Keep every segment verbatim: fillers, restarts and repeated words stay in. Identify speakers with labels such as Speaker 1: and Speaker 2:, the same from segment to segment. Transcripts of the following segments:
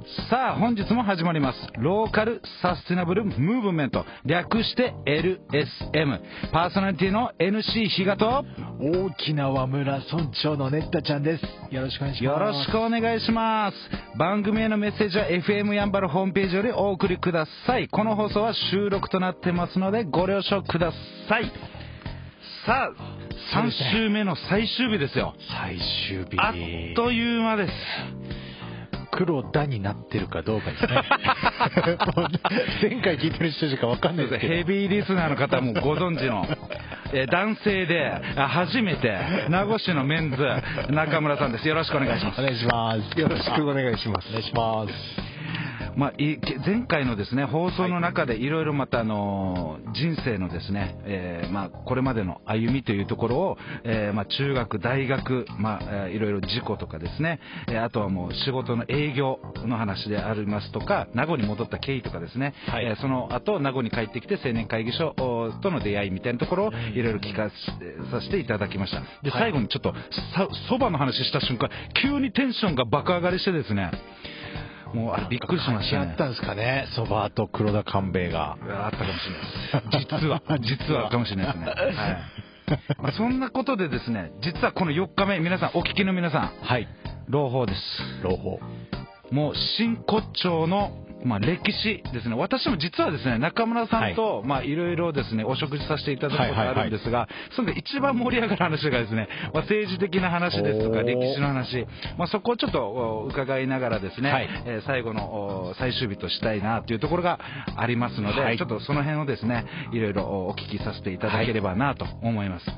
Speaker 1: さあ本日も始まります。ローカルサステナブルムーブメント、略して エルエスエム。 パーソナリティの エヌシー 比嘉と
Speaker 2: 沖縄村村長のねったちゃんです。よろしくお願いします。
Speaker 1: よろしくお願いします。番組へのメッセージは エフエム やんばるホームページよりお送りください。この放送は収録となってますのでご了承ください。さあさん週目の最終日ですよ。
Speaker 2: 最終日、
Speaker 1: あっという間です。
Speaker 2: 黒田になってるかどうかですね前回聞いてる人しか分かんないですけど、
Speaker 1: ヘビーリスナーの方もご存知の、えー、男性で初めて名護市のメンズ中村さんです。よろしくお願いします。
Speaker 2: お願いします。
Speaker 3: よろしくお願いします。
Speaker 2: お願いします。
Speaker 1: まあ、前回のですね放送の中でいろいろまたあの人生のですね、えーまあ、これまでの歩みというところを、えーまあ、中学大学、まあ、いろいろ事故とかですね、あとはもう仕事の営業の話でありますとか、名護に戻った経緯とかですね、はい、えー、その後名護に帰ってきて青年会議所との出会いみたいなところをいろいろ聞かさせていただきました。で最後にちょっとそばの話した瞬間急にテンションが爆上がりしてですね、もうあれびっくりしましたね。
Speaker 2: あったんですかね、そばと黒田官兵衛が
Speaker 1: あったかもしれないです。実は実はかもしれないですね。はい。まあ、そんなことでですね、実はこのよっかめ、皆さんお聞きの皆さん、はい、朗報です。
Speaker 2: 朗報。も
Speaker 1: う真骨頂のまあ、歴史ですね。私も実はですね中村さんと、はい、まあいろいろですねお食事させていただくことがあるんですが、はいはいはい、それで一番盛り上がる話がですね、まあ、政治的な話ですとか歴史の話、まあ、そこをちょっと伺いながらですね、はい、えー、最後の最終日としたいなというところがありますので、はい、ちょっとその辺をですねいろいろお聞きさせていただければなと思います。はい、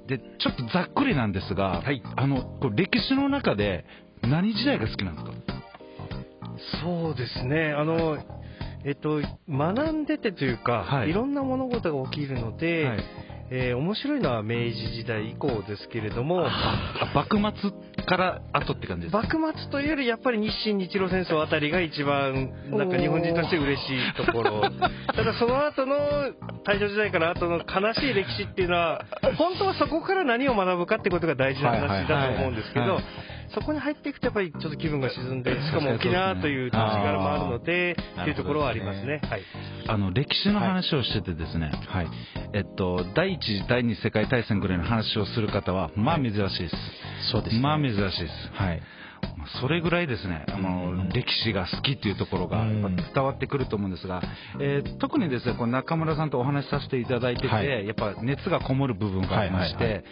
Speaker 1: でちょっとざっくりなんですが、はい、あのこれ歴史の中で何時代が好きなんですか？
Speaker 3: そうですね、あの、えっと、学んでてというか、はい、いろんな物事が起きるので、はい、えー、面白いのは明治時代以降ですけれども、
Speaker 1: 幕末から後って感じですか？
Speaker 3: 幕末というよりやっぱり日清日露戦争あたりが一番なんか日本人として嬉しいところただその後の大正時代から後の悲しい歴史っていうのは本当はそこから何を学ぶかってことが大事な話だと思うんですけど、そこに入っていくとやっぱりちょっと気分が沈んで、しかも沖縄という土地柄もあるのでっていうところはありますね。はい、
Speaker 1: あの歴史の話をしててですね、はい、えっと第一次第二次世界大戦ぐらいの話をする方はまあ珍しいです。
Speaker 2: そうですね。
Speaker 1: まあ珍しいです。はい。それぐらいですね、あの歴史が好きというところがやっぱ伝わってくると思うんですが、えー、特にですねこの中村さんとお話しさせていただいてて、はい、やっぱ熱がこもる部分がありまして、はいはいはい、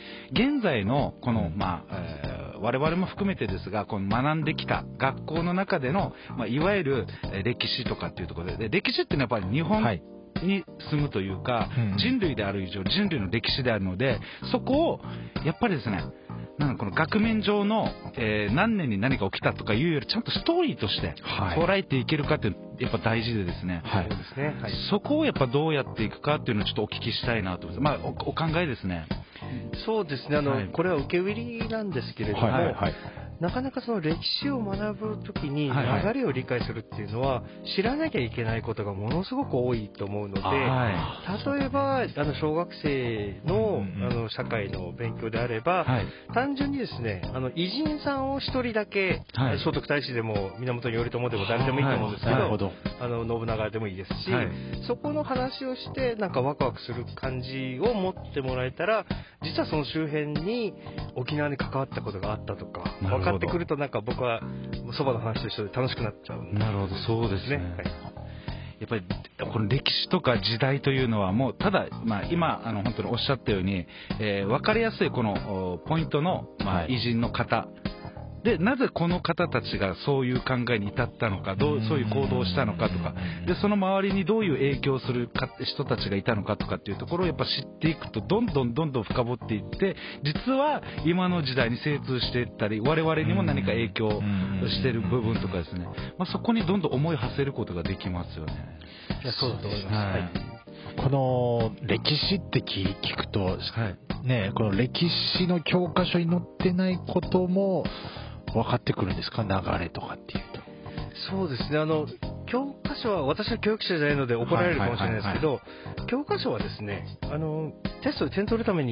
Speaker 1: 現在のこの、まあえー、我々も含めてですがこの学んできた学校の中での、まあ、いわゆる歴史とかっていうところで、で歴史っていうのはやっぱり日本、はいに住むというか、うん、人類である以上人類の歴史であるので、そこをやっぱりですねなんかこの額面上の、えー、何年に何が起きたとかいうよりちゃんとストーリーとして捉えていけるかってやっぱ大事でですね、はい、そこをやっぱどうやっていくかっていうのをちょっとお聞きしたいなと思います。まあ お, お考えですね。
Speaker 3: そうですね、あの、はい、これは受け売りなんですけれども、はいはいはい、なかなかその歴史を学ぶときに流れを理解するっていうのは知らなきゃいけないことがものすごく多いと思うので、はい、例えばあの小学生 の, あの社会の勉強であれば、はい、単純にですねあの偉人さんを一人だけ、はい、聖徳太子でも源頼朝でも誰でもいいと思うんですけど、はい、あの信長でもいいですし、はい、そこの話をしてなんかワクワクする感じを持ってもらえたら、実はその周辺に沖縄に関わったことがあったとか分かってくると、なんか僕はそばの話と一緒で楽しくなっちゃうんですね。
Speaker 1: なるほど、そうですね。はい、やっぱりこの歴史とか時代というのはもうただ、まあ、今あの本当におっしゃったように、えー、分かりやすいこのポイントの、まあ、偉人の方で、なぜこの方たちがそういう考えに至ったのか、どうそういう行動をしたのかとかで、その周りにどういう影響するか人たちがいたのかとかっていうところをやっぱ知っていくとどんどんどんどん深掘っていって、実は今の時代に精通していったり我々にも何か影響している部分とかですね、まあ、そこにどんどん思い馳せることができますよね。
Speaker 3: いや、そうだと思います。はい、
Speaker 2: この歴史って聞くと、はいね、この歴史の教科書に載ってないことも分かってくるんですか、流れとかっていうと。
Speaker 3: そうですね、あの教科書は、私は教育者じゃないので怒られるかもしれないですけど、教科書はですね、あのテストで点取るために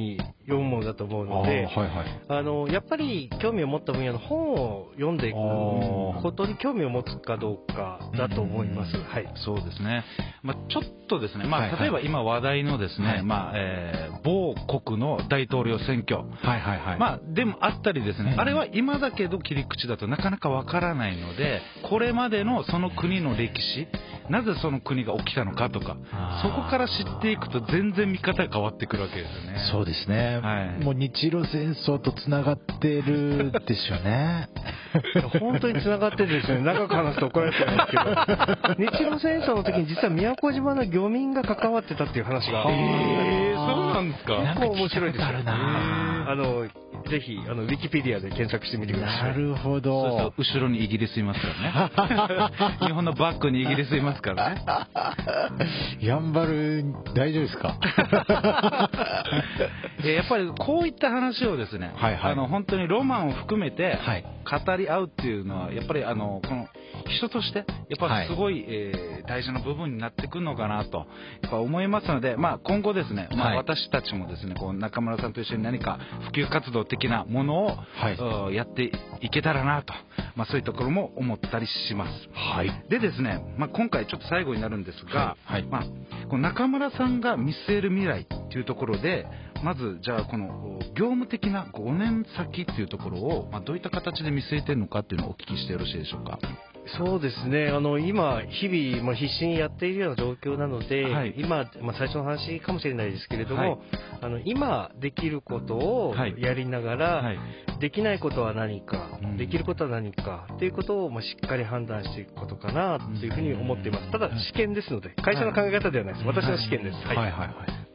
Speaker 3: 読むものだと思うので、
Speaker 2: あ、はいはい、
Speaker 3: あのやっぱり興味を持った分野の本を読んでいくことに興味を持つかどうかだと思います。はい、
Speaker 1: そうですね。まあ、ちょっとですね、まあ、はいはい、例えば今話題のですね、はい、まあえー、某国の大統領選挙、
Speaker 2: はいはいはい、
Speaker 1: まあ、でもあったりですね、うん、あれは今だけど切り口だとなかなかわからないので、これまでのその国の歴史、なぜその国が起きたのかとか、そこから知っていくと全然見方が変わってくるわけですよね。
Speaker 2: そうですね、はい、もう日露戦争とつながってるでしょうね。
Speaker 3: 本当につながってるですね。長く話すと怒られちゃいますけど、日露戦争の時に実は宮古島の漁民が関わってたっていう話が、
Speaker 1: えー、そうなんですか。
Speaker 3: 結構面白いですよ。
Speaker 2: あるな。
Speaker 3: あのぜひあのウィキペディアで検索してみてください。
Speaker 2: なるほど。
Speaker 1: そうそう、後ろにイギリスいますからね。日本のバックにイギリスいますからね。
Speaker 2: やんばる大丈夫ですか。
Speaker 1: やっぱりこういった話をですね、はいはい、あの本当にロマンを含めて語り合うっていうのはやっぱりあのこの人としてやっぱりすごい、はい、えー、大事な部分になってくるのかなとやっぱ思いますので、まあ、今後ですね、まあ、私たちもですねこう中村さんと一緒に何か普及活動的なものを、はい、やっていけたらなと、まあ、そういうところも思ったりします。
Speaker 2: はい、で
Speaker 1: ですね、まあ、今回ちょっと最後になるんですが、はいはい、まあ、この中村さんが見据える未来というところでまずじゃあこの業務的なごねん先っていうところを、まあ、どういった形で見据えているのかっていうのをお聞きしてよろしいでしょうか。
Speaker 3: そうですね、あの今日々、まあ、必死にやっているような状況なので、はい、今、まあ、最初の話かもしれないですけれども、はい、あの今できることをやりながら、はいはい、できないことは何か、うん、できることは何かということを、まあ、しっかり判断していくことかなというふうに思っています。ただ試験ですので会社の考え方ではないです、私の試験です。はいはいはいはい、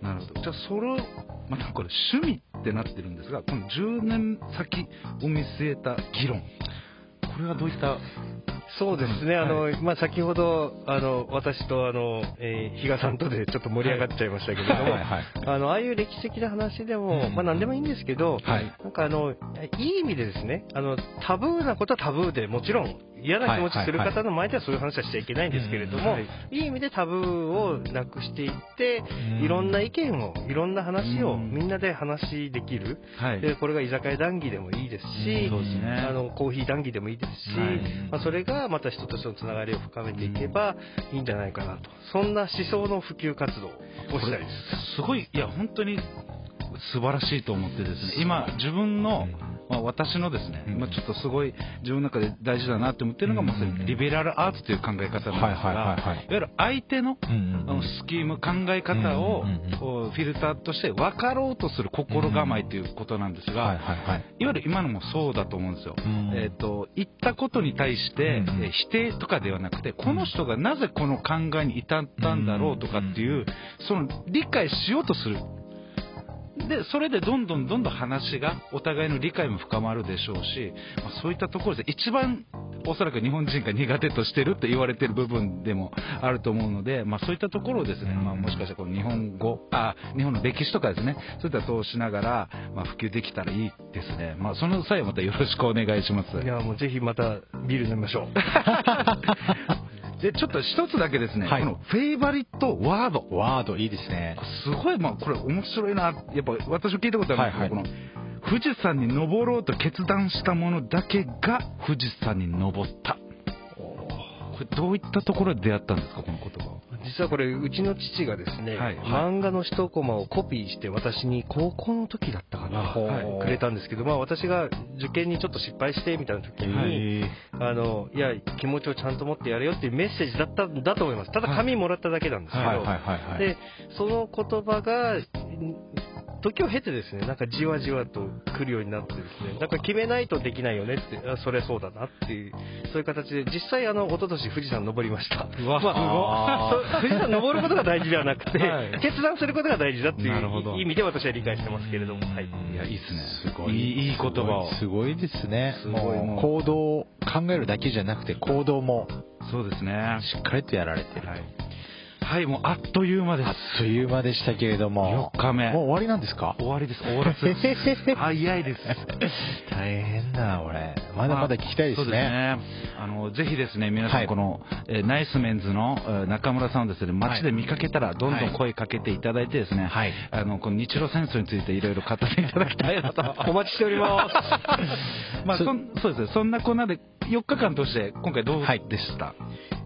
Speaker 1: なるほど。じゃあそれをまたこれ趣味ってなってるんですが、このじゅうねん先を見据えた議論、これはどういった。
Speaker 3: そうですね、あの、はい、まあ、先ほどあの私とあの、えー、比嘉さんとでちょっと盛り上がっちゃいましたけれども、はいはいはい、あのああいう歴史的な話でも、まあ、何でもいいんですけど、はい、なんかあのいい意味でですね、あのタブーなことはタブーでもちろん嫌な気持ちする方の前ではそういう話はしちゃいけないんですけれども、いい意味でタブーをなくしていっていろんな意見をいろんな話をみんなで話できる、はい、でこれが居酒屋談義でもいいですし、そうですね、あのコーヒー談義でもいいですし、はい、まあ、それがまた人としてのつながりを深めていけばいいんじゃないかなと、そんな思想の普及活動をしたいです。
Speaker 1: すごい、いや本当に素晴らしいと思ってですね、今自分の、まあ、私のですね、今ちょっとすごい自分の中で大事だなって思ってるのが、まさにリベラルアーツという考え方なんですが、いわゆる相手のあのスキーム、考え方をフィルターとして分かろうとする心構えということなんですが、いわゆる今のもそうだと思うんですよ。えっと言ったことに対して否定とかではなくて、この人がなぜこの考えに至ったんだろうとかっていうその理解しようとする。でそれでどんどんどんどん話がお互いの理解も深まるでしょうし、まあ、そういったところで一番おそらく日本人が苦手としてるって言われてる部分でもあると思うので、まあ、そういったところをですね、まあ、もしかしたらこの日本語あ日本の歴史とかですね、そういった通しながら、まあ、普及できたらいいですね。まあ、その際はまたよろしくお願いします。
Speaker 3: いやもうぜひまたビール飲みましょう。
Speaker 1: でちょっと一つだけですね、はい、このフェイバリットワード
Speaker 2: ワードいいですね。
Speaker 1: すごい、まあ、これ面白いな、やっぱ私も聞いたことあるんですけど、はいはい、この富士山に登ろうと決断したものだけが富士山に登った。これどういったところで出会ったんですか、この言葉は。
Speaker 3: 実はこれうちの父がですね、はいはい、漫画の一コマをコピーして私に高校の時だったかな、はい、くれたんですけど、まあ、私が受験にちょっと失敗してみたいな時に、はい、あのいや気持ちをちゃんと持ってやれよっていうメッセージだったんだと思います。ただ紙もらっただけなんですけど、でその言葉が時を経てですね、なんかじわじわと来るようになってですね、なんか決めないとできないよねって、あそれそうだなっていう、そういう形で実際あの一昨年富士山登りました。うわ、まあ、富士山登ることが大事ではなくて、はい、決断することが大事だっていう意味で私は理解してますけれども、はい、
Speaker 1: いやいいですね。すごいいい言葉を。
Speaker 2: すごいですね。すごいもう行動を考えるだけじゃなくて行動も
Speaker 1: そうですね。
Speaker 2: しっかりとやられてる。
Speaker 1: はいはい、もうあっという間です。
Speaker 2: あっという間でしたけれども、
Speaker 1: よっかめ。
Speaker 2: もう終わりなんですか？
Speaker 1: 終わりです。終わらせです。早いです。
Speaker 2: 大変だ、俺。 まだまだ聞きたいですね。そうですね。
Speaker 1: あの、ぜひですね、皆さんこの、はい、えナイスメンズの中村さんをですね、街で見かけたらどんどん声かけていただいてですね、はい、あの、この日露戦争についていろいろ語っていただきたいなと。
Speaker 3: お待ちしております。
Speaker 1: まあ、そ、そうですね、そんなこんなでよっかかん通して今回どうでした？はい、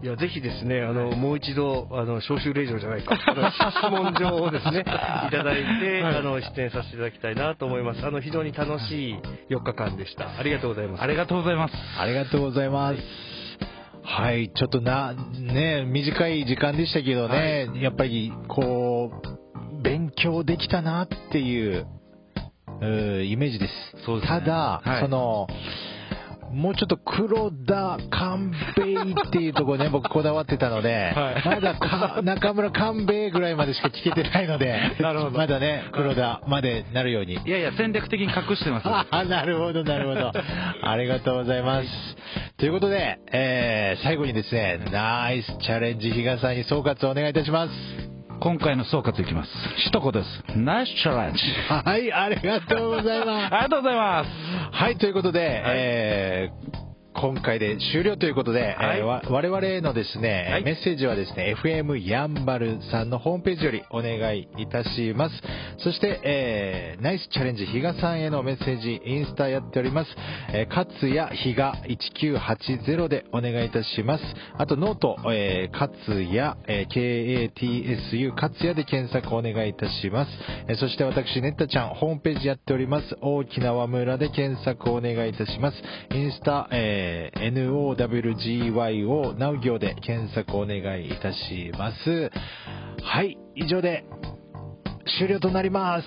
Speaker 3: いや、ぜひですね、あの、もう一度、あの、招集令状じゃないか、質問状をですね、いただいて、はい、あの、出演させていただきたいなと思います。あの、非常に楽しいよっかかんでした。ありがとうございます。
Speaker 1: ありがとうございます。
Speaker 2: ありがとうございます。はい、はい、ちょっとな、ね、短い時間でしたけどね、はい、やっぱり、こう、勉強できたなっていう、うイメージです。
Speaker 1: そうですね。
Speaker 2: ただ、はい、その、もうちょっと黒田官兵衛っていうところね、僕こだわってたので、はい、まだか中村官兵衛ぐらいまでしか聞けてないので、なるほど、まだね、黒田までなるように。
Speaker 1: いやいや、戦略的に隠してます。
Speaker 2: あ、なるほど、なるほど。ありがとうございます。はい、ということで、えー、最後にですね、ナイスチャレンジ比嘉さんに総括をお願いいたします。
Speaker 1: 今回の総括いきます。一言です。ナイスチャレンジ。
Speaker 2: はい、ありがとうございます。
Speaker 1: ありがとうございます。
Speaker 2: はい、ということで、はい、えー今回で終了ということで、はい、えー、わ我々へのですね、はい、メッセージはですね エフエム やんばるさんのホームページよりお願いいたします。そして、えー、ナイスチャレンジ比嘉さんへのメッセージインスタやっております。えー、勝谷比嘉いちきゅうはちゼロでお願いいたします。あとノート、えー、勝谷、えー、ケーエーティーエスユー 勝谷で検索お願いいたします。えー、そして私ねったちゃんホームページやっております。大きな和村で検索お願いいたします。インスタ、えーエヌオーダブリュージーワイオー ナウ行で検索お願いいたします。はい、以上で終了となります。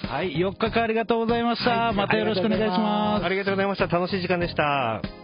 Speaker 1: はい、よっかかんありがとうございました。はい、またよろしくお願いします。
Speaker 3: ありがとうございました。楽しい時間でした。